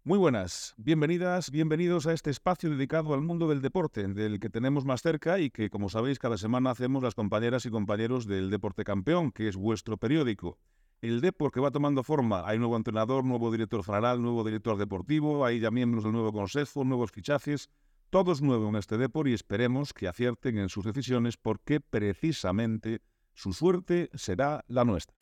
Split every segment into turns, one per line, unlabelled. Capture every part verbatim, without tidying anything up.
Muy buenas, bienvenidas, bienvenidos a este espacio dedicado al mundo del deporte, del que tenemos más cerca y que, como sabéis, cada semana hacemos las compañeras y compañeros del Deporte Campeón, que es vuestro periódico. El Depor que va tomando forma, hay nuevo entrenador, nuevo director general, nuevo director deportivo, hay ya miembros del nuevo consejo, nuevos fichajes, todo es nuevo en este Depor y esperemos que acierten en sus decisiones porque precisamente su suerte será la nuestra.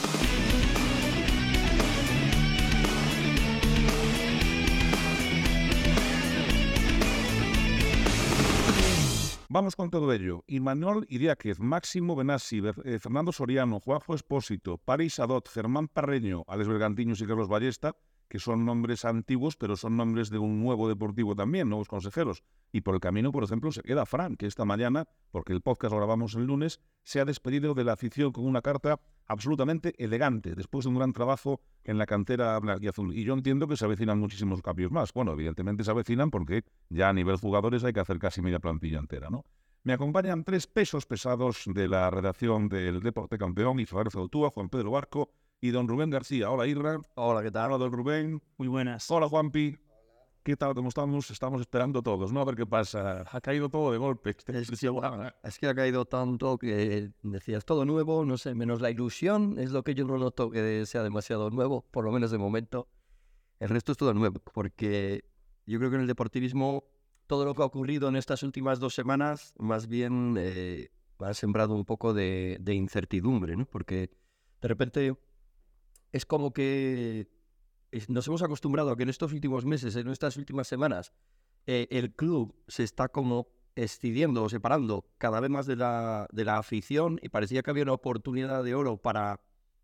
Vamos con todo ello. Imanol Idiáquez, Máximo Benassi, eh, Fernando Soriano, Juanjo Espósito, Paris Adot, Germán Parreño, Alex Bergantiños y Carlos Ballesta, que son nombres antiguos, pero son nombres de un nuevo deportivo también, nuevos consejeros. Y por el camino, por ejemplo, se queda Fran, que esta mañana, porque el podcast lo grabamos el lunes, se ha despedido de la afición con una carta absolutamente elegante, después de un gran trabajo en la cantera blanca y azul. Y yo entiendo que se avecinan muchísimos cambios más. Bueno, evidentemente se avecinan porque ya a nivel jugadores hay que hacer casi media plantilla entera, ¿no? Me acompañan tres pesos pesados de la redacción del Deporte Campeón, Israel Zautúa, Juan Pedro Barco y don Rubén García. Hola, Irra.
Hola, ¿qué tal?
Hola, don Rubén.
Muy buenas.
Hola, Juanpi. ¿Qué tal? ¿Cómo estamos? Estamos esperando todos, ¿no? A ver qué pasa. Ha caído todo de golpe.
Es, es que ha caído tanto que decías todo nuevo, no sé, menos la ilusión, es lo que yo no noto que sea demasiado nuevo, por lo menos de momento. El resto es todo nuevo, porque yo creo que en el deportivismo todo lo que ha ocurrido en estas últimas dos semanas más bien eh, ha sembrado un poco de, de incertidumbre, ¿no? Porque de repente es como que nos hemos acostumbrado a que en estos últimos meses, en estas últimas semanas, eh, el club se está como excidiendo o separando cada vez más de la, de la afición y parecía que había una oportunidad de oro para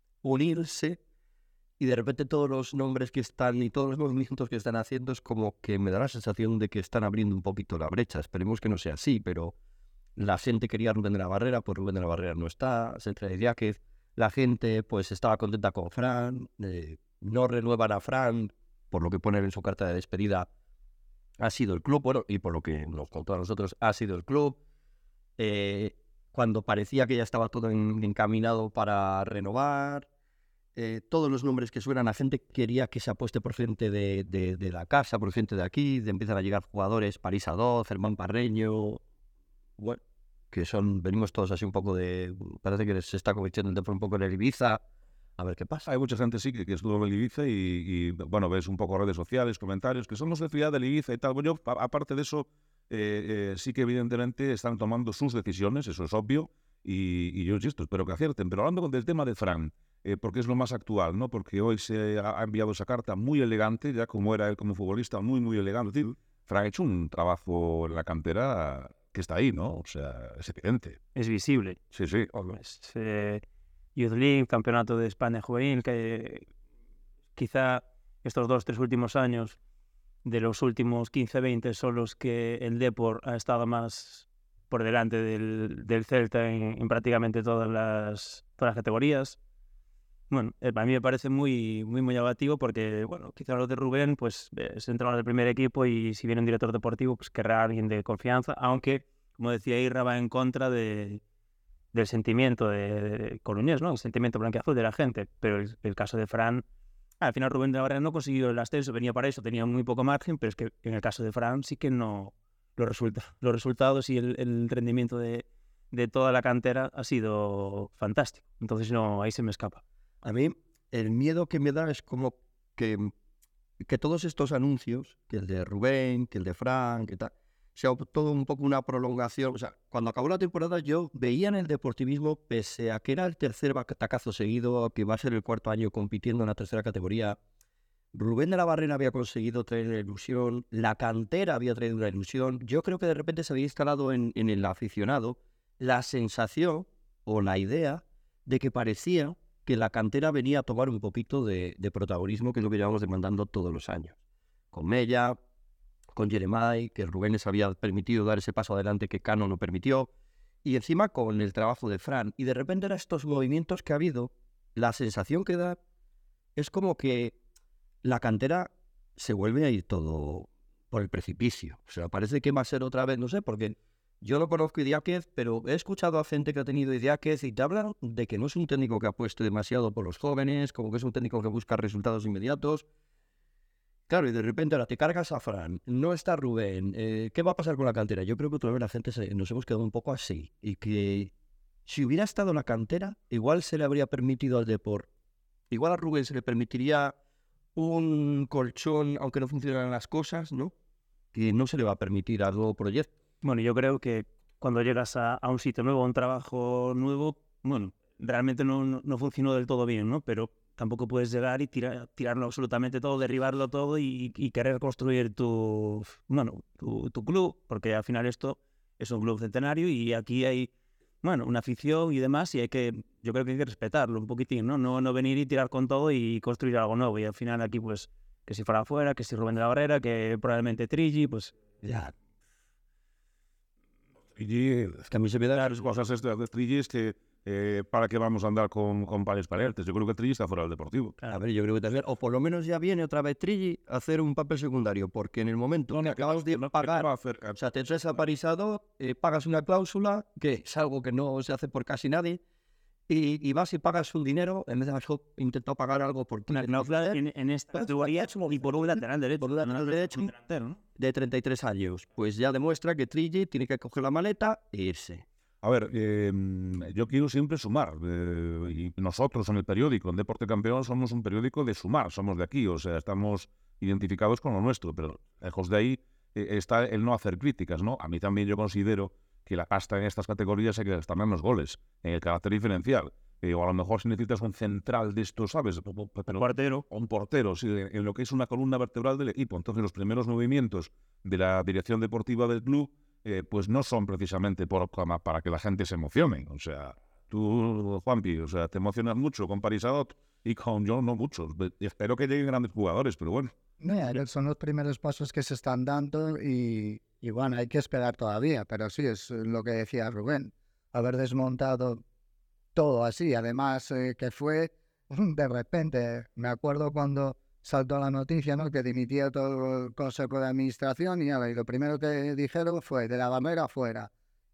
unirse y de repente todos los nombres que están y todos los movimientos que están haciendo es como que me da la sensación de que están abriendo un poquito la brecha. Esperemos que no sea así, pero la gente quería a Rubén de la Barrera, pues Rubén de la Barrera no está, se trae Idiáquez, la gente pues estaba contenta con Fran, eh, no renuevan a Fran, por lo que ponen en su carta de despedida, ha sido el club, bueno, y por lo que nos contó a nosotros, ha sido el club. Eh, cuando parecía que ya estaba todo en, encaminado para renovar, eh, todos los nombres que suenan, la gente quería que se apueste por gente de, de, de la casa, por gente de aquí, de empiezan a llegar jugadores, Paris Adot, Germán Parreño, bueno, que son, venimos todos así un poco de, parece que se está convirtiendo un poco en el Ibiza. A ver qué pasa.
Hay mucha gente sí que, que estuvo en el Ibiza y, y, bueno, ves un poco redes sociales, comentarios, que son los de ciudad del Ibiza y tal. Bueno, yo, a, aparte de eso, eh, eh, sí que evidentemente están tomando sus decisiones, eso es obvio, y, y yo insisto, espero que acierten. Pero hablando del tema de Fran, eh, porque es lo más actual, ¿no? Porque hoy se ha, ha enviado esa carta muy elegante, ya como era él como futbolista, muy, muy elegante. Es decir, Fran ha hecho un trabajo en la cantera que está ahí, ¿no? O sea, es evidente.
Es visible.
Sí, sí.
Es, eh, Youth League, Campeonato de España Juvenil, que quizá estos dos, tres últimos años, de los últimos quince, veinte, son los que el Depor ha estado más por delante del, del Celta en, en prácticamente todas las, todas las categorías. Bueno, eh, a mí me parece muy, muy, muy llamativo porque, bueno, quizá lo de Rubén, pues es entrenador del primer equipo y si viene un director deportivo, pues querrá a alguien de confianza, aunque, como decía Irra, va en contra de... del sentimiento de, de coruñés, ¿no? El sentimiento blanquiazul de la gente. Pero el, el caso de Fran, al final Rubén de la Barrera no consiguió el ascenso, venía para eso, tenía muy poco margen, pero es que en el caso de Fran sí que no los, resulta, los resultados y el, el rendimiento de, de toda la cantera ha sido fantástico. Entonces no, ahí se me escapa.
A mí el miedo que me da es como que, que todos estos anuncios, que el de Rubén, que el de Fran, que tal, sea todo un poco una prolongación. O sea, cuando acabó la temporada yo veía en el deportivismo, pese a que era el tercer batacazo seguido, que va a ser el cuarto año compitiendo en la tercera categoría, Rubén de la Barrera había conseguido traer la ilusión, la cantera había traído una ilusión. Yo creo que de repente se había instalado en, en el aficionado la sensación o la idea de que parecía que la cantera venía a tomar un poquito de, de protagonismo, que es lo que llevamos demandando todos los años. Con Mella, con Jeremai, que Rubén les había permitido dar ese paso adelante que Cano no permitió, y encima con el trabajo de Fran. Y de repente eran estos movimientos que ha habido, la sensación que da es como que la cantera se vuelve a ir todo por el precipicio. O sea, parece que va a ser otra vez, no sé, porque yo no conozco a Idiáquez, pero he escuchado a gente que ha tenido Idiáquez y te hablan de que no es un técnico que apueste demasiado por los jóvenes, como que es un técnico que busca resultados inmediatos. Claro, y de repente ahora te cargas a Fran, no está Rubén, eh, ¿qué va a pasar con la cantera? Yo creo que otra vez la gente se, nos hemos quedado un poco así, y que si hubiera estado la cantera, igual se le habría permitido al Depor, igual a Rubén se le permitiría un colchón, aunque no funcionaran las cosas, ¿no? Que no se le va a permitir al nuevo proyecto.
Bueno, yo creo que cuando llegas a, a un sitio nuevo, a un trabajo nuevo, bueno, realmente no, no, no funcionó del todo bien, ¿no? Pero tampoco puedes llegar y tirar, tirarlo absolutamente todo, derribarlo todo y, y querer construir tu, bueno, tu, tu club, porque al final esto es un club centenario y aquí hay, bueno, una afición y demás, y hay que, yo creo que hay que respetarlo un poquitín, ¿no? No, no venir y tirar con todo y construir algo nuevo. Y al final aquí, pues, que si fuera afuera, que si Rubén de la Barrera, que probablemente Trigi, pues...
Ya.
Trigi,
Es que a mí se me da...
las cosas estas de Trigi es que eh, ¿para qué vamos a andar con, con pares parentes? Yo creo que Trigi está fuera del Deportivo.
A ver, yo creo que también, o por lo menos ya viene otra vez Trigi a hacer un papel secundario, porque en el momento
No,
que
no,
acabas de
no,
pagar,
¿qué va a hacer?
o sea, te traes a Parisado, eh, pagas una cláusula, que es algo que no se hace por casi nadie, y, y vas y pagas un dinero, en vez de haber intentado pagar algo por
Una cláusula en, en esta categoría y por un lateral derecho.
Por un lateral derecho.
Un delantero, ¿no?
de treinta y tres años. Pues ya demuestra que Trigi tiene que coger la maleta e irse.
A ver, eh, yo quiero siempre sumar. Eh, y nosotros en el periódico, en Deporte Campeón, somos un periódico de sumar, somos de aquí, o sea, estamos identificados con lo nuestro, pero lejos de ahí eh, está el no hacer críticas, ¿no? A mí también yo considero que la pasta en estas categorías hay que gastar menos goles, en el carácter diferencial. Eh, o a lo mejor si necesitas un central de estos, ¿sabes? Pero,
Un portero.
Un portero, sí, en lo que es una columna vertebral del equipo. Entonces los primeros movimientos de la dirección deportiva del club Eh, pues no son precisamente por, para que la gente se emocione. O sea, tú, Juanpi, o sea, te emocionas mucho con Paris-Adot y con yo no mucho. Espero que lleguen grandes jugadores, pero bueno.
Mira, son los primeros pasos que se están dando y, y bueno, hay que esperar todavía, pero sí, es lo que decía Rubén, haber desmontado todo así, además eh, que fue de repente, me acuerdo cuando saltó la noticia, ¿no?, que dimitía todo el Consejo de Administración y, a ver, lo primero que dijeron fue de la Barrera fuera.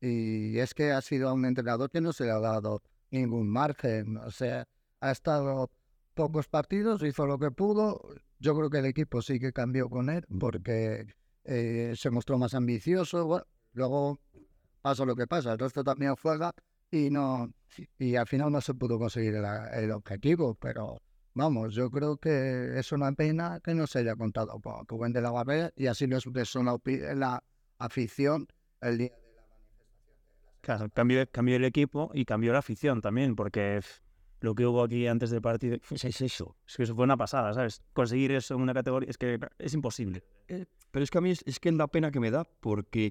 Y es que ha sido un entrenador que no se le ha dado ningún margen. O sea, ha estado pocos partidos, hizo lo que pudo. Yo creo que el equipo sí que cambió con él porque eh, se mostró más ambicioso. Bueno, luego pasa lo que pasa, el resto también juega y, no, y al final no se pudo conseguir el, el objetivo, pero... Vamos, yo creo que es una pena que no se haya contado con Rubén de la Barrera y así lo expresó la, la afición el día de la manifestación.
Claro, cambió, cambió el equipo y cambió la afición también, porque lo que hubo aquí antes del partido es eso, es que eso fue una pasada, ¿sabes? Conseguir eso en una categoría es que es imposible.
Eh, pero es que a mí es, es que es la pena que me da, porque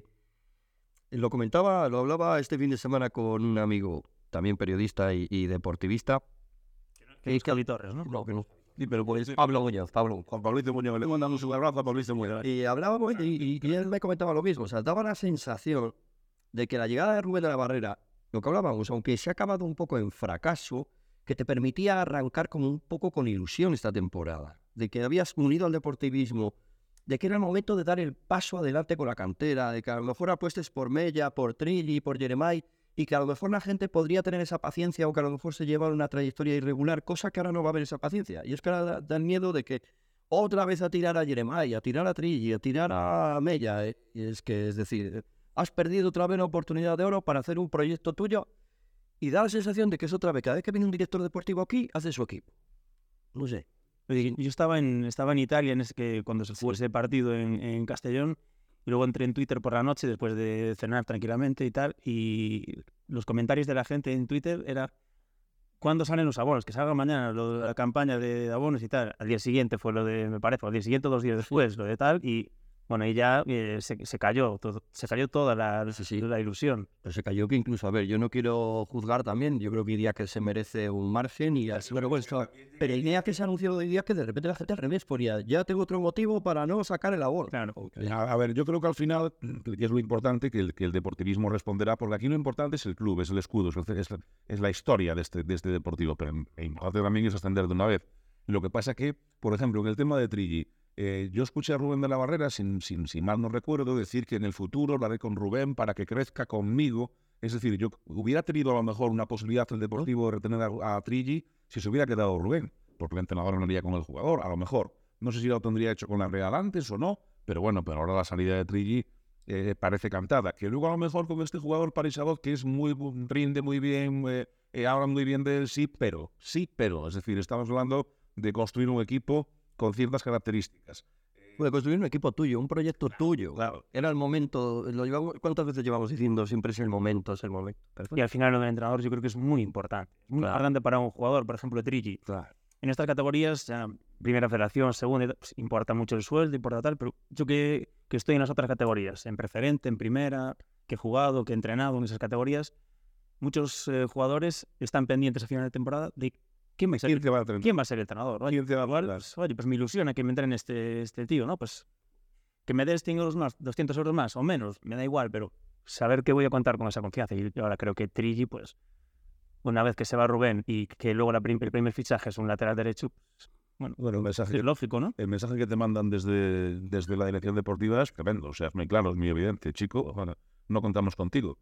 lo comentaba, lo hablaba este fin de semana con un amigo, también periodista y, y deportivista.
Que es Javi Torres, ¿no?
No, que no. Sí, pero pues Pablo Muñoz, Pablo.
Juan Pablito Muñoz, le mandamos un abrazo a Pablito Muñoz.
Y hablábamos y, y, y él me comentaba lo mismo, o sea, daba la sensación de que la llegada de Rubén de la Barrera, lo que hablábamos, aunque se ha acabado un poco en fracaso, que te permitía arrancar como un poco con ilusión esta temporada, de que habías unido al deportivismo, de que era el momento de dar el paso adelante con la cantera, de que a lo mejor apuestes por Mella, por Trilli, por Jeremai, y que a lo mejor la gente podría tener esa paciencia o que a lo mejor se lleva una trayectoria irregular, cosa que ahora no va a haber esa paciencia. Y es que ahora da, da el miedo de que otra vez a tirar a Jeremai, a tirar a Trilli, a tirar a Mella. Eh. Y es que, es decir, has perdido otra vez una oportunidad de oro para hacer un proyecto tuyo y da la sensación de que es otra vez, cada vez que viene un director deportivo aquí, hace su equipo. No sé.
Yo estaba en, estaba en Italia en ese que, cuando se jugó ese partido en, en Castellón. Y luego entré en Twitter por la noche después de cenar tranquilamente y tal, y los comentarios de la gente en Twitter era ¿cuándo salen los abonos? Que salga mañana lo de la campaña de abonos y tal. Al día siguiente fue lo de, me parece, al día siguiente o dos días después, lo de tal, y bueno, y ya eh, se, se cayó todo, se cayó toda la, sí, sí. la ilusión.
Pero se cayó que incluso, a ver, yo no quiero juzgar también, yo creo que diría que se merece un margen y así, pero bueno, pero el día que se anunció de día que de repente la gente al revés ponía, ya tengo otro motivo para no sacar el abono.
Claro.
A, a ver, yo creo que al final, que es lo importante, que el, que el deportivismo responderá, porque aquí lo importante es el club, es el escudo, es, el, es, es la historia de este, de este deportivo, pero lo importante también es ascender de una vez. Lo que pasa que, por ejemplo, en el tema de Trilli, Eh, yo escuché a Rubén de la Barrera, sin, sin, sin mal no recuerdo, decir que en el futuro hablaré con Rubén para que crezca conmigo. Es decir, yo hubiera tenido a lo mejor una posibilidad el Deportivo de retener a, a Trilli si se hubiera quedado Rubén, porque el entrenador no iría con el jugador, a lo mejor. no sé si lo tendría hecho con la Real antes o no, pero bueno, pero ahora la salida de Trilli eh, parece cantada. Que luego a lo mejor con este jugador Paris Abot, que es muy, rinde muy bien, eh, eh, habla muy bien de él, sí, pero, sí, pero, es decir, estamos hablando de construir un equipo con ciertas características.
Puede construir un equipo tuyo, un proyecto tuyo.
Claro.
Era el momento, lo llevamos, ¿cuántas veces llevamos diciendo siempre es el momento, es el momento? Perfecto.
Y al final lo del entrenador yo creo que es muy importante. Muy
Claro.
importante para un jugador, por ejemplo, Trilli.
Claro.
En estas categorías, ya, primera federación, segunda, pues, importa mucho el sueldo, importa tal, pero yo que, que estoy en las otras categorías, en preferente, en primera, que he jugado, que he entrenado en esas categorías, muchos eh, jugadores están pendientes a final de temporada de quién va a ser,
¿Quién te va a entrenar?
quién va a ser el entrenador. Oye,
¿Quién te va a
igual, pues, oye, pues me ilusiona que me entrene este, este tío, ¿no? Pues que me des cien euros más, doscientos euros más o menos, me da igual, pero saber que voy a contar con esa confianza. Y ahora creo que Trilli, pues, una vez que se va Rubén y que luego la prim el primer fichaje es un lateral derecho, pues, bueno,
Bueno, el mensaje,
es lógico, ¿no?
el mensaje que te mandan desde, desde la dirección deportiva es tremendo, o sea, es muy claro, es muy evidente. Chico, bueno, no contamos contigo.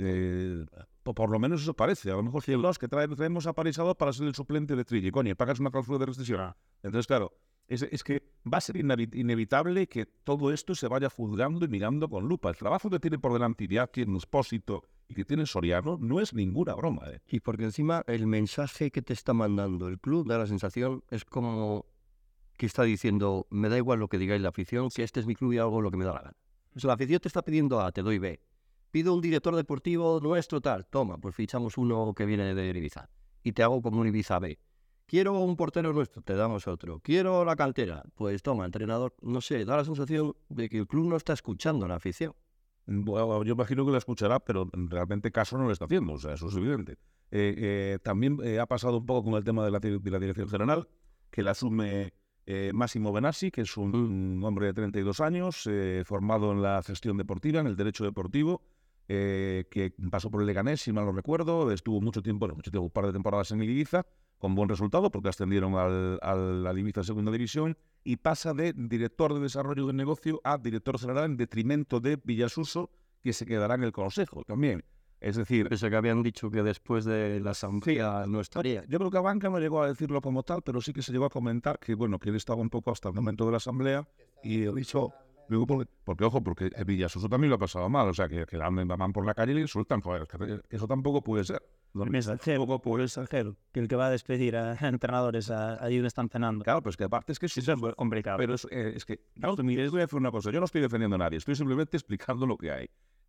Eh, por, por lo menos eso parece. A lo mejor si los que trae, traemos a Paris Abot para ser el suplente de Trilli, coño, pagas una cláusula de rescisión. Entonces, claro, es, es que va a ser inevitable que todo esto se vaya juzgando y mirando con lupa. El trabajo que tiene por delante Iñaki en Expósito y que tiene Soriano no es ninguna broma. ¿eh?
Y porque encima el mensaje que te está mandando el club da la sensación, es como que está diciendo, me da igual lo que digáis la afición, que este es mi club y hago lo que me da la gana. O sea, la afición te está pidiendo A, te doy B. Pido un director deportivo nuestro tal, toma, pues fichamos uno que viene de Ibiza y te hago como un Ibiza B. Quiero un portero nuestro, te damos otro. Quiero la cantera, pues toma, entrenador. No sé, da la sensación de que el club no está escuchando a la afición.
Bueno, yo imagino que la escuchará, pero realmente caso no lo está haciendo, o sea, eso es evidente. Eh, eh, también eh, ha pasado un poco con el tema de la, de la dirección general, que la asume eh, Massimo Benassi, que es un, un hombre de treinta y dos años, eh, formado en la gestión deportiva, en el derecho deportivo, eh, que pasó por el Leganés, si mal no recuerdo, estuvo mucho tiempo, bueno, mucho tiempo, un par de temporadas en el Ibiza, con buen resultado, porque ascendieron al, al, al Ibiza Segunda División, y pasa de director de desarrollo de negocio a director general en detrimento de Villasuso, que se quedará en el consejo también. Es decir...
Eso que habían dicho que después de la asamblea no estaría.
Yo creo que Abanca no llegó a decirlo como tal, pero sí que se llegó a comentar que, bueno, que él estaba un poco hasta el momento de la asamblea y él dicho... Luego, porque, porque, ojo, porque Villasuso también lo ha pasado mal, o sea, que, que van por la calle y le insultan, joder, que eso tampoco puede ser.
El mensajero, por el mensajero, que el que va a despedir a entrenadores allí donde están cenando.
Claro, pues que aparte es que es
súper complicado.
Pero es, eh, es que, claro, les voy a decir una cosa, yo no estoy defendiendo a nadie, estoy simplemente explicando lo que hay.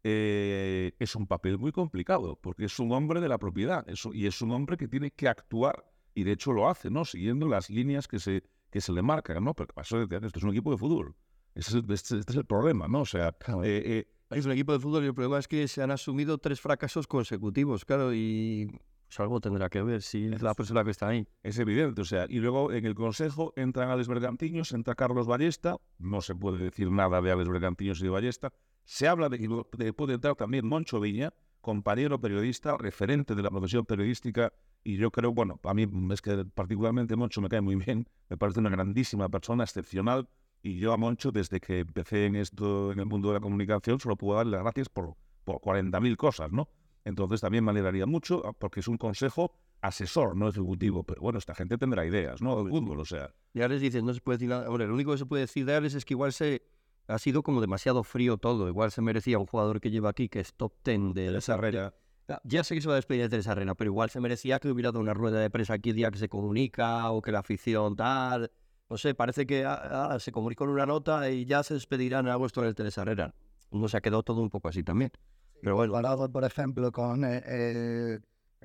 Eh, es un papel muy complicado, porque es un hombre de la propiedad, eso, y es un hombre que tiene que actuar, y de hecho lo hace, ¿no? Siguiendo las líneas que se, que se le marcan, ¿no? Porque pasó de esto es un equipo de fútbol. Este es, este, este es el problema, ¿no? O sea, eh, eh,
es un equipo de fútbol y el problema es que se han asumido tres fracasos consecutivos, claro, y pues algo tendrá que ver si es la persona que está ahí.
Es evidente, o sea, y luego en el consejo entran Alex Bergantiños, entra Carlos Ballesta, no se puede decir nada de Alex Bergantiños y de Ballesta, se habla de que puede entrar también Moncho Viña, compañero periodista, referente de la profesión periodística, y yo creo, bueno, a mí es que particularmente Moncho me cae muy bien, me parece una grandísima persona, excepcional. Y yo a Moncho, desde que empecé en esto, en el mundo de la comunicación, solo puedo darle las gracias por, por cuarenta mil cosas, ¿no? Entonces también me alegraría mucho, porque es un consejo asesor, no ejecutivo. Pero bueno, esta gente tendrá ideas, ¿no? Del fútbol, o sea.
Y Alex dice, no se puede decir nada. Hombre, lo único que se puede decir de Alex es que igual se ha sido como demasiado frío todo. Igual se merecía un jugador que lleva aquí, que es top ten de
Teresa Herrera.
Ya sé que se va a despedir de Teresa Herrera, pero igual se merecía que hubiera dado una rueda de prensa aquí el día que se comunica, o que la afición tal... No sé, parece que ah, ah, se comunicó en una nota y ya se despedirán a agosto del Teresa Herrera. No se ha quedado todo un poco así también. Pero bueno.
Comparado, por ejemplo, con... Eh, eh,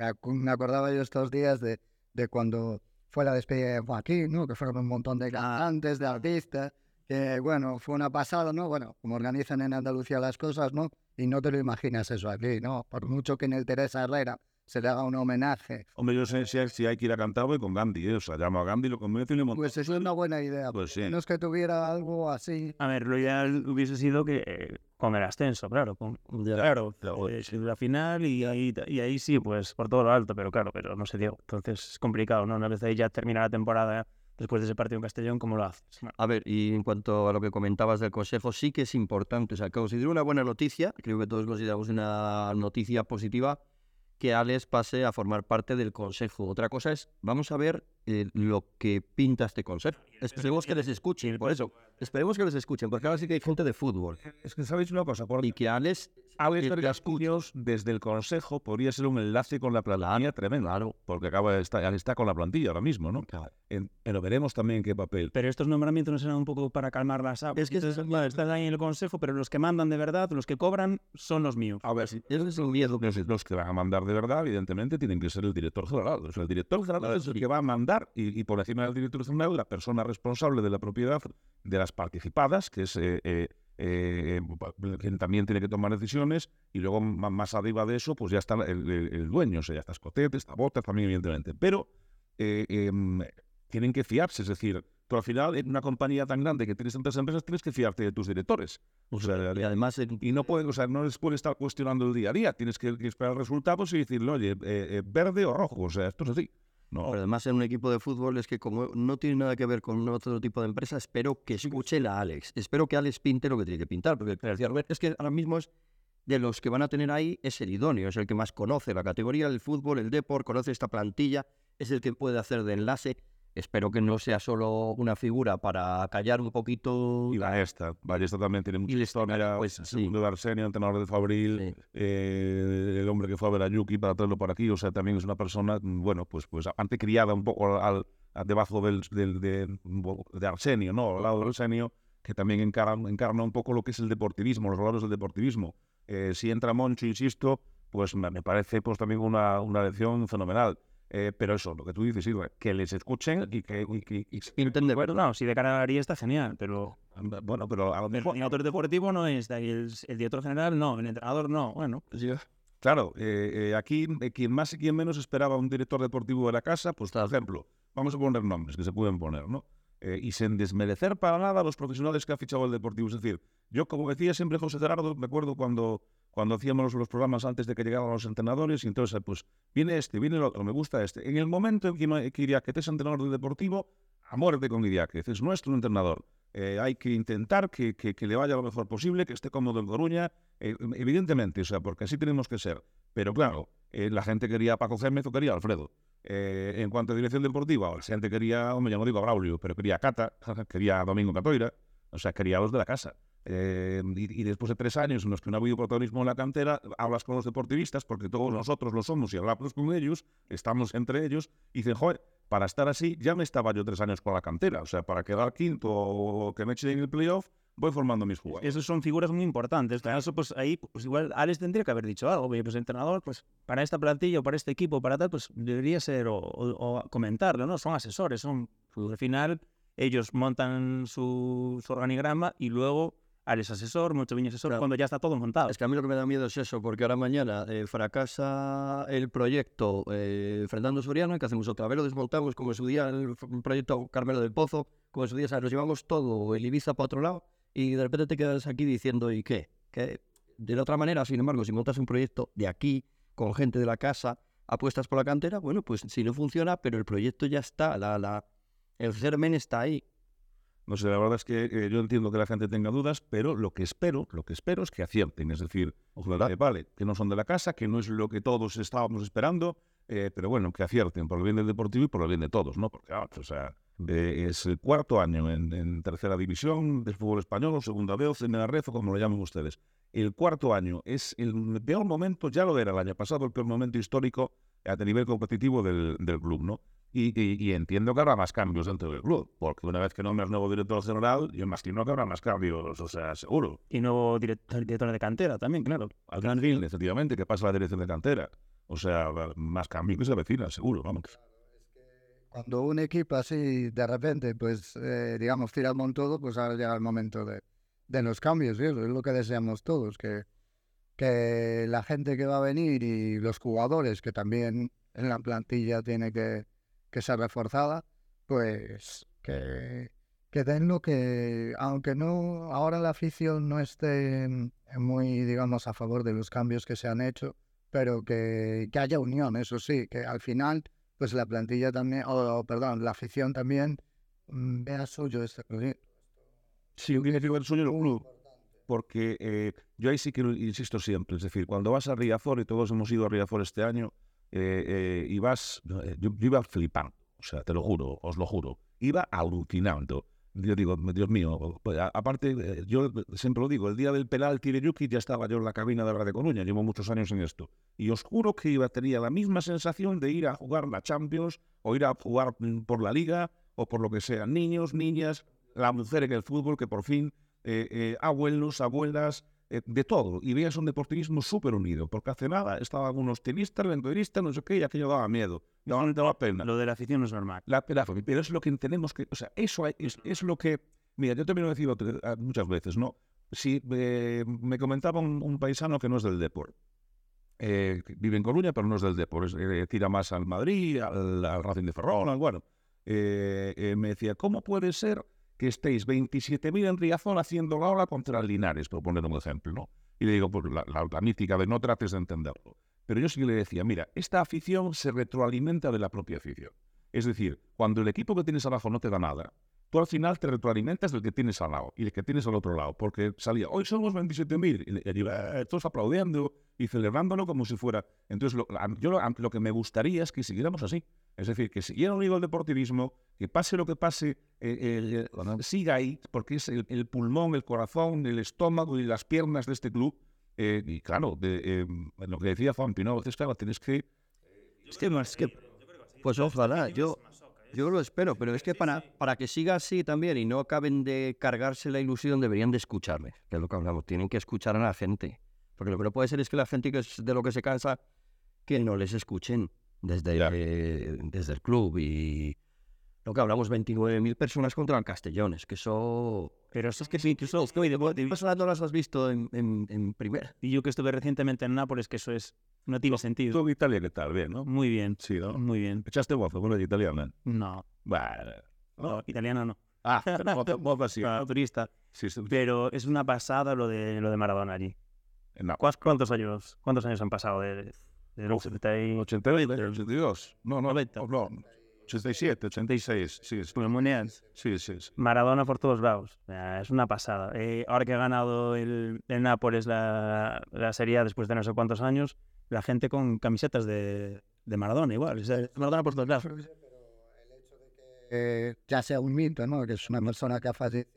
me acordaba yo estos días de, de cuando fue la despedida de Joaquín, ¿no? Que fueron un montón de cantantes, de artistas, que, bueno, fue una pasada, ¿no? Bueno, como organizan en Andalucía las cosas, ¿no? Y no te lo imaginas eso aquí, ¿no? Por mucho que en el Teresa Herrera se le haga un homenaje.
Hombre, yo sé si hay, si hay que ir a cantar, voy con Gandhi, ¿eh? O sea, llamo a Gandhi, lo convenzo y le monto.
Pues eso es una buena idea.
Pues sí.
No es que tuviera algo así.
A ver, lo ideal hubiese sido que eh, con el ascenso, claro. Con, claro, claro eh, la final y ahí, y ahí sí, pues por todo lo alto, pero claro, pero no se dio. Entonces es complicado, ¿no? Una vez ahí ya termina la temporada, después de ese partido en Castellón, ¿cómo lo haces? No.
A ver, y en cuanto a lo que comentabas del consejo, sí que es importante. O sea, considero una buena noticia, creo que todos consideramos una noticia positiva, que Alex pase a formar parte del consejo. Otra cosa es, vamos a ver eh, lo que pinta este consejo. Esperemos que les escuchen, por eso. Esperemos que les escuchen, porque ahora sí que hay gente de fútbol.
Es que sabéis una cosa, por
Y que Alex
Alex
eh, la
Vergascuños desde el Consejo podría ser un enlace con la plantilla tremendo,
Claro.
porque acaba de estar, está con la plantilla ahora mismo, ¿no?
Claro.
En- pero veremos también qué papel.
Pero estos nombramientos no serán un poco para calmar las aguas.
Es que
Entonces,
es-
vale, estás ahí en el consejo, pero los que mandan de verdad, los que cobran, son los míos.
A ver,
Ese es el miedo que
los, los que van a mandar de verdad, evidentemente, tienen que ser el director general. O sea, el director general es el que va a mandar y, y por encima del director general, la persona responsable de la propiedad de las participadas, que es eh, eh, eh, quien también tiene que tomar decisiones, y luego ma- más arriba de eso, pues ya está el, el- el dueño, o sea, ya está Escotete, está Botas también, evidentemente. Pero eh, em, tienen que fiarse, es decir, tú al final, en una compañía tan grande que tienes tantas empresas, tienes que fiarte de tus directores. O sea,
y además en-
y no pueden, o sea, no les puede estar cuestionando el día a día. Tienes que, que esperar resultados y decirle, oye, eh, eh, verde o rojo. O sea, esto es así. No,
Pero además en un equipo de fútbol es que como no tiene nada que ver con otro tipo de empresa, espero que escuchen a Alex. Espero que Alex pinte lo que tiene que pintar, porque decía Robert, es que ahora mismo es de los que van a tener ahí, es el idóneo, es el que más conoce la categoría del fútbol, el deporte, conoce esta plantilla, es el que puede hacer de enlace. Espero que no sea solo una figura para callar un poquito.
y Ballesta. Ballesta también tiene mucha
Y le-
historia.
pues, sí.
Segundo de Arsenio, entrenador de Fabril.
Sí.
eh, el hombre que fue a ver a Yuki para traerlo por aquí. O sea, también es una persona, mm, bueno, pues, pues aparte criada un poco al, al- debajo del, del- de, de Arsenio, ¿no? Al lado de Arsenio, que también encarna, encarna un poco lo que es el deportivismo, los valores del deportivismo. Eh, si entra Moncho, insisto, pues me me parece pues también una, una lección fenomenal. Eh, pero eso, lo que tú dices, Silva, que les escuchen y que... Y, que- y-
Pinten de
Bueno, no, si de cara a la galería está genial, pero
bueno, pero a lo
el
mejor...
coordinador deportivo no es de ahí, el, el director general no, el entrenador no. Bueno,
Claro, eh, eh, aquí eh, quien más y quien menos esperaba un director deportivo de la casa, pues por ejemplo, vamos a poner nombres que se pueden poner, ¿no? Eh, y sin desmerecer para nada a los profesionales que ha fichado el Deportivo. Es decir, yo, como decía siempre José Gerardo, me acuerdo cuando, cuando hacíamos los, los programas antes de que llegaran los entrenadores, y entonces, pues, viene este, viene el otro, me gusta este. En el momento en que, que Iriáquez es entrenador del Deportivo, a muerte con Iriáquez, es nuestro entrenador. Eh, hay que intentar que, que, que le vaya lo mejor posible, que esté cómodo en Coruña, eh, evidentemente, o sea, porque así tenemos que ser. Pero claro, eh, la gente quería a Paco Gémez o quería a Alfredo. Eh, en cuanto a dirección deportiva, la gente quería, hombre, ya no digo a Braulio, pero quería a Cata, quería a Domingo Catoira, o sea, quería a los de la casa. Eh, y, y después de tres años en los que no ha habido protagonismo en la cantera, hablas con los deportivistas, porque todos nosotros lo somos y hablamos con ellos, estamos entre ellos, y dicen, joder, para estar así, ya me estaba yo tres años con la cantera, o sea, para quedar quinto o que me echen en el playoff, voy formando mis jugadores.
esas son figuras muy importantes. En eso, pues ahí, pues igual Alex tendría que haber dicho algo. Oye, pues entrenador, pues para esta plantilla o para este equipo, para tal, pues debería ser o, o- o comentarlo, ¿no? Son asesores, son, pues, al final ellos montan su, su organigrama y luego Alex asesor, Moncho Viña asesor,
Claro.
cuando ya está todo montado.
Es que a mí lo que me da miedo es eso, porque ahora mañana eh, fracasa el proyecto eh, Fernando Soriano, que hacemos otra vez, lo desmontamos como en su día el f- proyecto Carmelo del Pozo, como en su día, o sea, nos llevamos todo el Ibiza para otro lado y de repente te quedas aquí diciendo, ¿y qué? Que de la otra manera, sin embargo, si montas un proyecto de aquí, con gente de la casa, apuestas por la cantera, bueno, pues si no funciona, pero el proyecto ya está, la, la, el germen está ahí.
No sé, la verdad es que eh, yo entiendo que la gente tenga dudas, pero lo que espero, lo que espero es que acierten. Es decir, ojalá, eh, vale, que no son de la casa, que no es lo que todos estábamos esperando, eh, pero bueno, que acierten por el bien del Deportivo y por el bien de todos, ¿no? Porque, ah, o sea, eh, es el cuarto año en, en tercera división del fútbol español, o segunda B, o C M R F, o como lo llamen ustedes. El cuarto año es el peor momento, ya lo era el año pasado, el peor momento histórico a nivel competitivo del, del club, ¿no? Y, y, y entiendo que habrá más cambios dentro del club, porque una vez que nombres nuevo director general, yo imagino que habrá más cambios, o sea, seguro.
Y nuevo director, director de cantera también, claro.
Al gran fin, efectivamente, que pasa a la dirección de cantera. O sea, más cambios que se avecina, seguro, vamos.
Cuando un equipo así, de repente, pues, eh, digamos, tira el montodo, pues ahora llega el momento de, de los cambios, y eso es lo que deseamos todos, que, que la gente que va a venir y los jugadores, que también en la plantilla tiene que, que ser reforzada, pues que, que den lo que, aunque no, ahora la afición no esté mm, muy, digamos, a favor de los cambios que se han hecho, pero que, que haya unión, eso sí, que al final, pues la plantilla también, o, o, perdón, la afición también mm, vea suyo este proyecto.
Sí, tiene que ver suyo el club. Porque eh, yo ahí sí que insisto siempre, es decir, cuando vas a Riazor, y todos hemos ido a Riazor este año, eh, eh, y vas, eh, yo, yo iba flipando. O sea, te lo juro, os lo juro. Iba alucinando. Yo digo, Dios mío, pues, a- aparte, eh, yo siempre lo digo, el día del penalti de Yuki ya estaba yo en la cabina de Radio Coruña, llevo muchos años en esto. Y os juro que iba, tenía la misma sensación de ir a jugar la Champions, o ir a jugar mm, por la Liga, o por lo que sea. Niños, niñas, la mujer en el fútbol, que por fin, eh, eh, abuelos, abuelas, eh, de todo. Y veías un deportivismo súper unido, porque hace nada estaban unos tenistas, venturistas, no sé qué, y aquello daba miedo, daba, daba pena.
Lo de la afición no es normal.
La pedazo, pero es lo que tenemos que, o sea, eso es, es lo que, mira, yo también lo he decidido muchas veces, ¿no? Si eh, me comentaba un, un paisano que no es del deporte, eh, que vive en Coruña, pero no es del deporte, eh, tira más al Madrid, al, al Racing de Ferrol, al bueno, eh, eh, me decía, ¿cómo puede ser que estéis veintisiete mil en Riazor haciendo la ola contra el Linares, por poner un ejemplo, ¿no? Y le digo, pues la, la, la mítica de no trates de entenderlo. Pero yo sí que le decía, mira, esta afición se retroalimenta de la propia afición. Es decir, cuando el equipo que tienes abajo no te da nada, tú al final te retroalimentas del que tienes al lado y el que tienes al otro lado. Porque salía, hoy somos veintisiete mil, y, y, y todos aplaudiendo y celebrándolo como si fuera. Entonces, lo, yo lo, lo que me gustaría es que siguiéramos así. Es decir, que siguiera unido el deportivismo, que pase lo que pase, eh, el, el, siga ahí, porque es el, el pulmón, el corazón, el estómago y las piernas de este club. Eh, y claro, de, eh, lo que decía Juanpi, ¿no? Entonces, claro, tienes que...
Es que, es que pues ojalá, yo, yo lo espero, pero es que para, para que siga así también y no acaben de cargarse la ilusión, deberían de escucharme, que es lo que hablamos, tienen que escuchar a la gente. Porque lo que no puede ser es que la gente, que es de lo que se cansa, que no les escuchen desde, eh, desde el club. Y lo que hablamos, veintinueve mil personas contra el Castellón, es que eso...
Pero eso es que sí, incluso estoy de
¿Qué personas no las has visto en, en, en primera?
Y yo que estuve recientemente en Nápoles, que eso es, no tiene sentido.
Tú en Italia, ¿qué tal? Bien, ¿no?
Muy bien.
Sí, ¿no?
Muy bien.
¿Echaste mozo con la italiana?
No.
Bueno.
No, italiana no.
Ah, mozo sí.
No, turista.
Sí, sí.
Pero es una pasada lo de lo de Maradona allí.
No.
¿Cuántos años cuántos años han pasado de, de los setenta y...
ochenta y dos, ochenta y dos. No, no,
noventa.
no, no. ochenta y siete, ochenta y seis. Sí, sí. Sí, sí, sí.
Maradona por todos lados. Es una pasada. Eh, ahora que ha ganado el, el Nápoles la, la Serie A después de no sé cuántos años, la gente con camisetas de, de Maradona igual. O sea, Maradona por todos lados.
Pero el hecho de que eh, ya sea un mito, ¿no? Que es una persona que ha fallecido.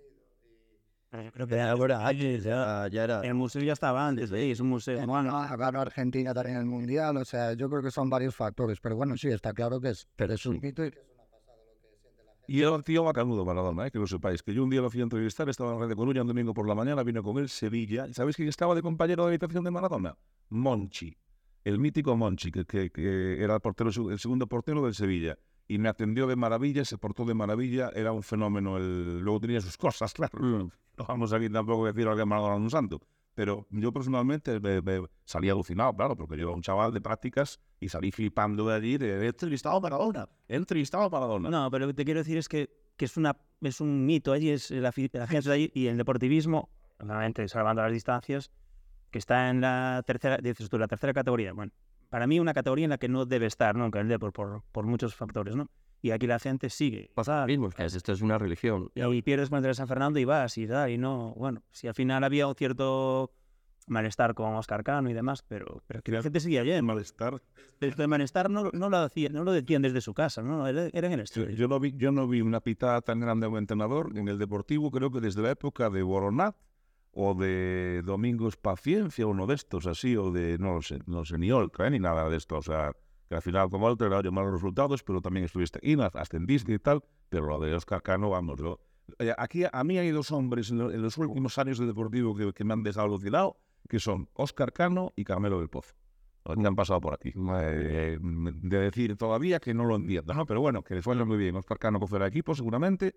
Yo creo que ahora
ya, ya era...
el museo ya estaba antes, ¿eh? Es un museo.
Bueno, ganó Argentina también el Mundial, o sea, yo creo que son varios factores, pero bueno, sí, está claro que es, pero es un mito y que es una pasada lo que siente la gente.
Y era un tío bacanudo, Maradona, ¿eh? Que lo sepáis. Que yo un día lo fui a entrevistar, estaba en Red de Coruña un domingo por la mañana, vino con él Sevilla. ¿Sabéis quién estaba de compañero de habitación de Maradona? Monchi, el mítico Monchi, que, que, que era el, portero, el segundo portero del Sevilla. Y me atendió de maravilla, se portó de maravilla, era un fenómeno. El... Luego tenía sus cosas, claro. No vamos aquí tampoco a decir algo de Maradona un santo. Pero yo personalmente me, me salí alucinado, claro, porque yo era un chaval de prácticas y salí flipando de allí de he entrevistado a Maradona, he entrevistado a Maradona.
No, pero lo que te quiero decir es que, que es, una, es un mito allí, es la, la gente de allí y el deportivismo, obviamente salvando las distancias, que está en la tercera, dices tú, la tercera categoría. Bueno, para mí una categoría en la que no debe estar, ¿no? Que el deporte por, por muchos factores, ¿no? Y aquí la gente sigue.
Pasa lo mismo, es que esto es una religión.
Y pierdes contra el San Fernando y vas y da, y no, bueno, si al final había un cierto malestar con Óscar Cano y demás, pero, pero que la gente seguía allí.
Malestar.
El malestar no, no, lo decía, no lo decían desde su casa, ¿no? Era, era en el estudio.
Yo, yo, no vi, yo no vi una pitada tan grande a un entrenador en el Deportivo, creo que desde la época de Boronat o de Domingos Paciencia, uno de estos así, o de, no lo sé, no sé, ni Oltra, ¿eh? Ni nada de esto, o sea... que al final como Oltra era malos resultados, pero también estuviste ahí, ascendiste y tal, pero lo de Óscar Cano, vamos, yo... Aquí a mí hay dos hombres en, lo, en los últimos años de Deportivo que, que me han dejado alucinado, que son Óscar Cano y Carmelo del Pozo. Que han pasado por aquí. Eh, de decir todavía que no lo entiendo, ¿no? Pero bueno, que les fue muy bien. Óscar Cano con fuera de equipo, seguramente,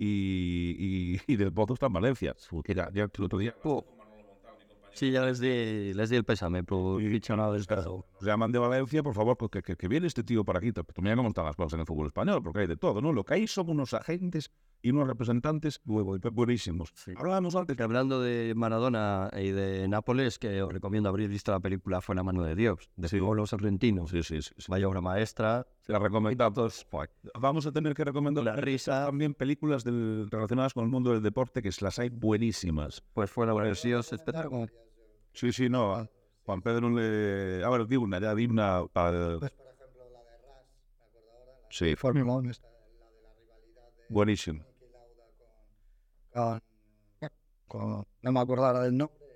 y, y, y del Pozo está en Valencia. Que ya, ya el otro día...
Oh. Sí, ya les di, les di el pésame por dicho nada del caso.
Llaman de Valencia, por favor, porque que, que viene este tío para aquí. Mira cómo están las cosas en el fútbol español, porque hay de todo, ¿no? Lo que hay son unos agentes y unos representantes buenísimos.
Sí.
Hablábamos antes.
Que hablando de Maradona y de Nápoles, que os recomiendo haber visto la película Fue la mano de Dios, de
sí.
los argentinos.
Sí, sí, sí, sí.
Vaya obra maestra.
Se la recomendamos. Vamos a tener que recomendar
La risa.
También películas del, relacionadas con el mundo del deporte, que las hay buenísimas.
Pues fue la obra de Dios espectacular.
Sí, sí, no. Juan Pedro le... A ver, di una, ya di una para...
Pues, por ejemplo, la de Ras, me acuerdo ahora,
Sí,
Fórmula uno está la de la rivalidad de
buenísimo.
Niki Lauda con, con, con- no me acuerdo ahora del nombre.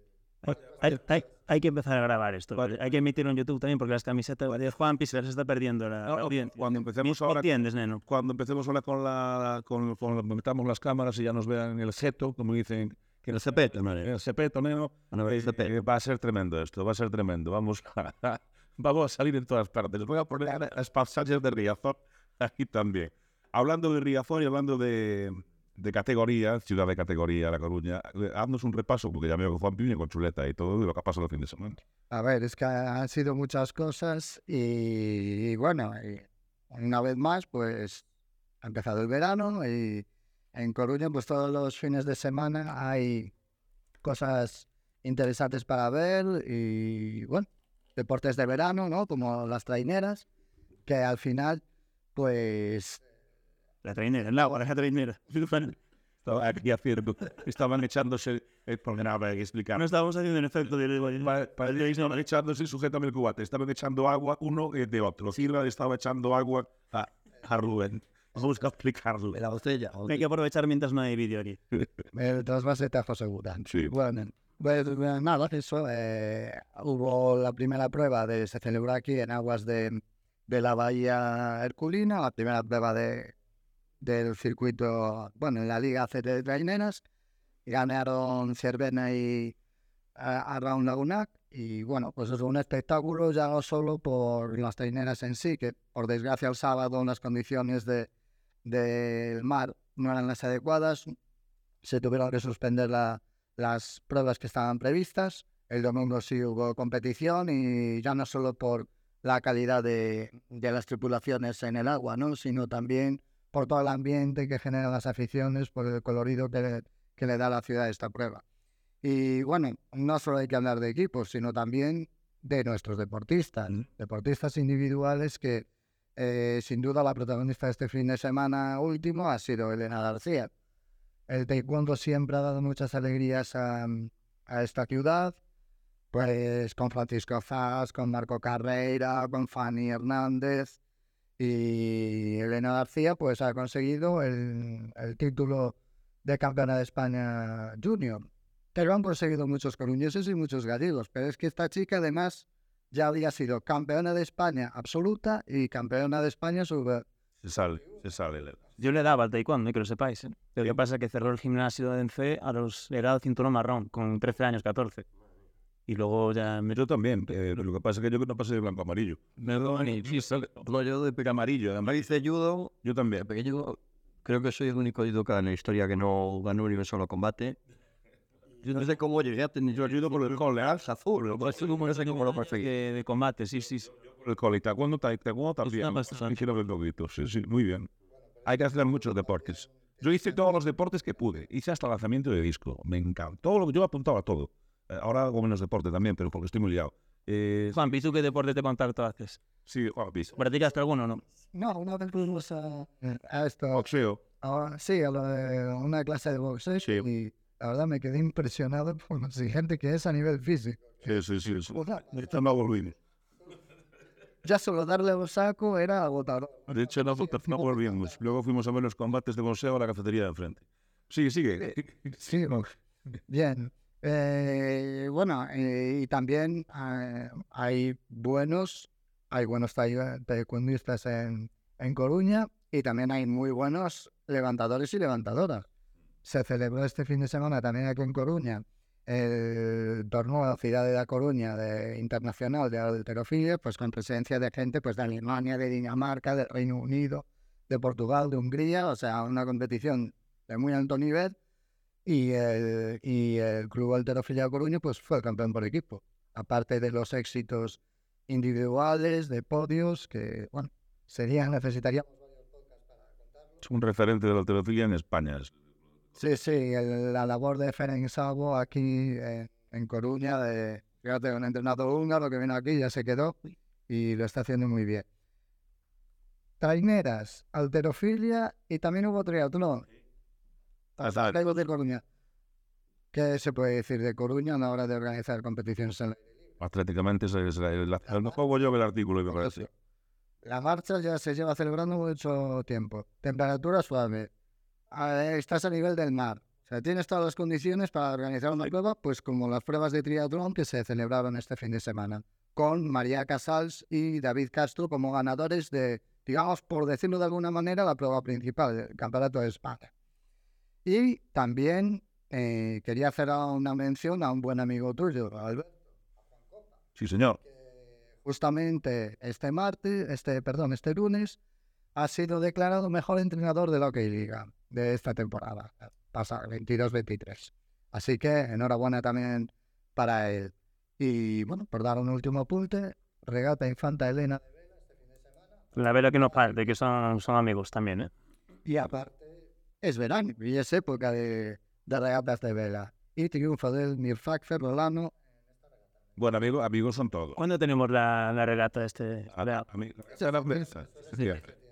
Hay, hay- hay que empezar a grabar esto.
Vale.
Hay que emitirlo en YouTube también porque las camisetas de Juanpi se las está perdiendo la, la audiencia.
Cuando empecemos
¿Me
ahora,
entiendes, neno?
cuando empecemos ahora con la, con, con metamos las cámaras y ya nos vean el jeto, como dicen, que
El cepeto, ¿no?
el cepeto, neno,
A ver, el
eh,
cepeto.
eh, va a ser tremendo esto, va a ser tremendo. Vamos a, vamos a salir en todas partes. Les voy a poner las pasajes de Riazor aquí también. Hablando de Riazor y hablando de, de categoría, ciudad de categoría, La Coruña, eh, haznos un repaso, porque ya veo que Juan viene con chuleta y todo de lo que ha pasado el fin de semana.
A ver, es que han sido muchas cosas y, y bueno, y una vez más, pues ha empezado el verano y en Coruña, pues todos los fines de semana hay cosas interesantes para ver y bueno, deportes de verano, ¿no? Como las traineras, que al final, pues
La trainera, el agua, la trainera.
Estaba aquí haciendo, estaban echándose el programa que explicar.
No estábamos haciendo en efecto de...
Pa- pa- Estaban echándose, sujétame el cubate, estaban echando agua uno eh, de otro. Silva le estaba echando agua a, a Rubén. Vamos a explicarlo.
De la botella.
Hay que aprovechar mientras no hay vídeo aquí.
el trasvase Tajo Segura.
Sí.
Bueno, pues eh, nada, eso. eh, hubo la primera prueba de se celebró aquí en aguas de, de la Bahía Herculina, la primera prueba de, del circuito, bueno, en la Liga C de Traineras. Ganaron Cervena y a, a Raúl Lagunac. Y bueno, pues es un espectáculo ya no solo por las traineras en sí, que por desgracia el sábado las condiciones de, del mar no eran las adecuadas. Se tuvieron que suspender la, las pruebas que estaban previstas. El domingo sí hubo competición y ya no solo por la calidad de, de las tripulaciones en el agua, ¿no? Sino también por todo el ambiente que generan las aficiones, por el colorido que le, que le da a la ciudad esta prueba. Y bueno, no solo hay que hablar de equipos, sino también de nuestros deportistas, deportistas individuales que eh, sin duda la protagonista de este fin de semana último ha sido Elena García. El taekwondo siempre ha dado muchas alegrías a, a esta ciudad, pues con Francisco Zas, con Marco Carreira, con Fanny Hernández, y Elena García pues ha conseguido el, el título de campeona de España junior. Que lo han conseguido muchos coruñeses y muchos gallegos, pero es que esta chica además ya había sido campeona de España absoluta y campeona de España sub.
Se sale, se sale. Elena.
Yo le daba al taekwondo, eh, que lo sepáis. ¿eh? Lo que pasa es que cerró el gimnasio de Ence a los le he dado cinturón marrón, con trece años, catorce. Y luego ya me...
Yo también, eh, lo que pasa es que yo no pasé de blanco a amarillo.
Perdón, y sí, sale- no, yo de pequeño
Amarillo, además.
hice judo.
Yo también.
De pequeño creo que soy el único judoka en la historia que no ganó ni un solo combate. Yo no sé cómo llegué a tener
Yo ayudo por el cole, ¿eh?
azul. No sé cómo, no sé cómo lo conseguí.
de, de combate, sí, sí. sí.
Por el cole. Y taekwondo, ta- taekwondo también.
bastante.
Hicieron el loguito, sí, sí, muy bien. Hay que hacer muchos deportes. Yo hice todos los deportes que pude. Hice hasta lanzamiento de disco. Me encantó. Todo lo que yo apuntaba todo. Eh, ahora hago menos deporte también, pero porque estoy muy liado. Eh,
Juan, ¿y tú qué deporte de contacto haces?
sí, Juan Piz.
¿Practicaste alguno o no?
No, una vez fuimos a, a esto,
Boxeo.
a- sí, a lo de una clase de boxeo
Sí.
y la verdad me quedé impresionado por lo exigente que es a nivel físico.
Sí, sí, sí. sí.
O sea,
Esto no volvimos.
ya solo darle un saco era agotador.
De hecho, no, no volvimos. Luego fuimos a ver los combates de boxeo a la cafetería de enfrente. Sigue, sigue.
Sí, bien. Eh, bueno, eh, y también eh, hay buenos, hay buenos tae- taekwondistas en, en Coruña y también hay muy buenos levantadores y levantadoras. Se celebró este fin de semana también aquí en Coruña el torneo de la ciudad de La Coruña de, internacional de halterofilia, pues con presencia de gente pues de Alemania, de Dinamarca, del Reino Unido, de Portugal, de Hungría, o sea, una competición de muy alto nivel. Y el, y el Club Halterofilia de Coruña pues fue campeón por equipo, aparte de los éxitos individuales, de podios, que bueno, serían, necesitaríamos varios podcasts para contarlos.
Es un referente de la alterofilia en España. Es-
Sí, sí, el- la labor de Ferenc Szabo aquí eh, en Coruña, de, fíjate, un entrenador húngaro que vino aquí, ya se quedó y lo está haciendo muy bien. Traineras, halterofilia y también hubo triatlón.
Ah, está.
Traigo de Coruña. ¿Qué se puede decir de Coruña a la hora de organizar competiciones en la...
Atléticamente, es, es, la- la- no juego yo el artículo, me parece.
La marcha ya se lleva celebrando mucho tiempo. Temperatura suave. Eh, estás a nivel del mar. O sea, tienes todas las condiciones para organizar una prueba, pues como las pruebas de triatlón que se celebraron este fin de semana, con María Casals y David Castro como ganadores de, digamos, por decirlo de alguna manera, la prueba principal, el Campeonato de España. Y también eh, quería hacer una mención a un buen amigo tuyo, Alberto.
Sí, señor.
Justamente este martes, este, perdón, este lunes, ha sido declarado mejor entrenador de la Hockey Liga de esta temporada, pasada veintidós veintitrés. Así que enhorabuena también para él. Y bueno, por dar un último apunte, regata Infanta Elena de vela este fin de semana.
La vela que nos falte, que son, son amigos también, ¿eh?
Y aparte, es verano y es época de, de regatas de vela. Y triunfo del Mirfak Ferrolano.
Bueno, amigo, amigos son todos.
¿Cuándo tenemos la, la regata este?
A-
la-
a mí- a la prensa. Sí,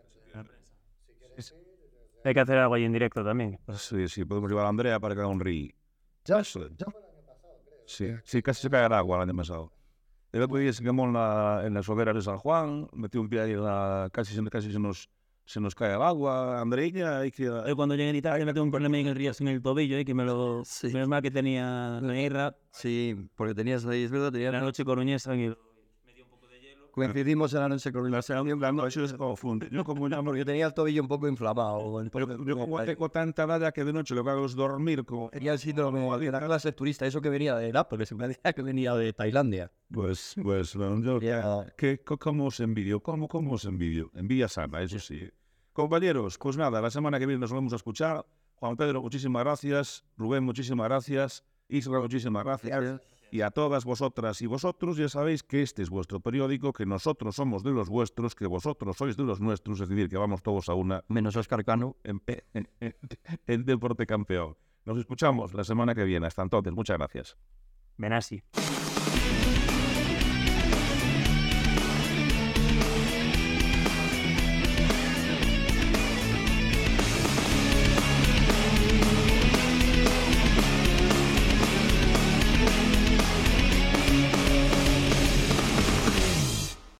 Hay que hacer algo ahí en directo también.
sí, sí, podemos llevar a Andrea para que haga un ri.
Ya,
Sí.
ya fue el año pasado, creo.
Sí, sí, casi se cae el agua el año pasado. El otro día se quemó en, la, en las hogueras de San Juan, metió un pie ahí, en la, casi, se- casi se, nos, se nos cae el agua. Andreilla, hay que...
Yo cuando llegué en Italia me tengo un problema en el río en el tobillo, ¿eh? Que me lo...
Sí.
Menos mal que tenía la guerra,
Sí, porque tenías ahí, es verdad,
la
tenías...
noche coruñesa y
Coincidimos en la noche con
La segunda noche se confunde. Yo como, ya,
porque tenía el tobillo un poco inflamado.
yo, yo como tengo tanta edad ya que de noche lo que hago es dormir como...
Tenía el síndrome de la clase turista, eso que venía de Nápoles, se me decía que venía de Tailandia.
Pues, pues, no, yo,
Ya.
¿qué, co- ¿cómo os envidio? ¿Cómo, cómo os envidio? Envidia sana, eso sí. Compañeros, pues nada, la semana que viene nos vamos a escuchar. Juan Pedro, muchísimas gracias. Rubén, muchísimas gracias. Isra, muchísimas gracias. Y a todas vosotras y vosotros, ya sabéis que este es vuestro periódico, que nosotros somos de los vuestros, que vosotros sois de los nuestros, es decir, que vamos todos a una
Menos Oscar Cano.
en, en, en- en Deporte Campeón. Nos escuchamos la semana que viene. Hasta entonces, muchas gracias.
Benassi.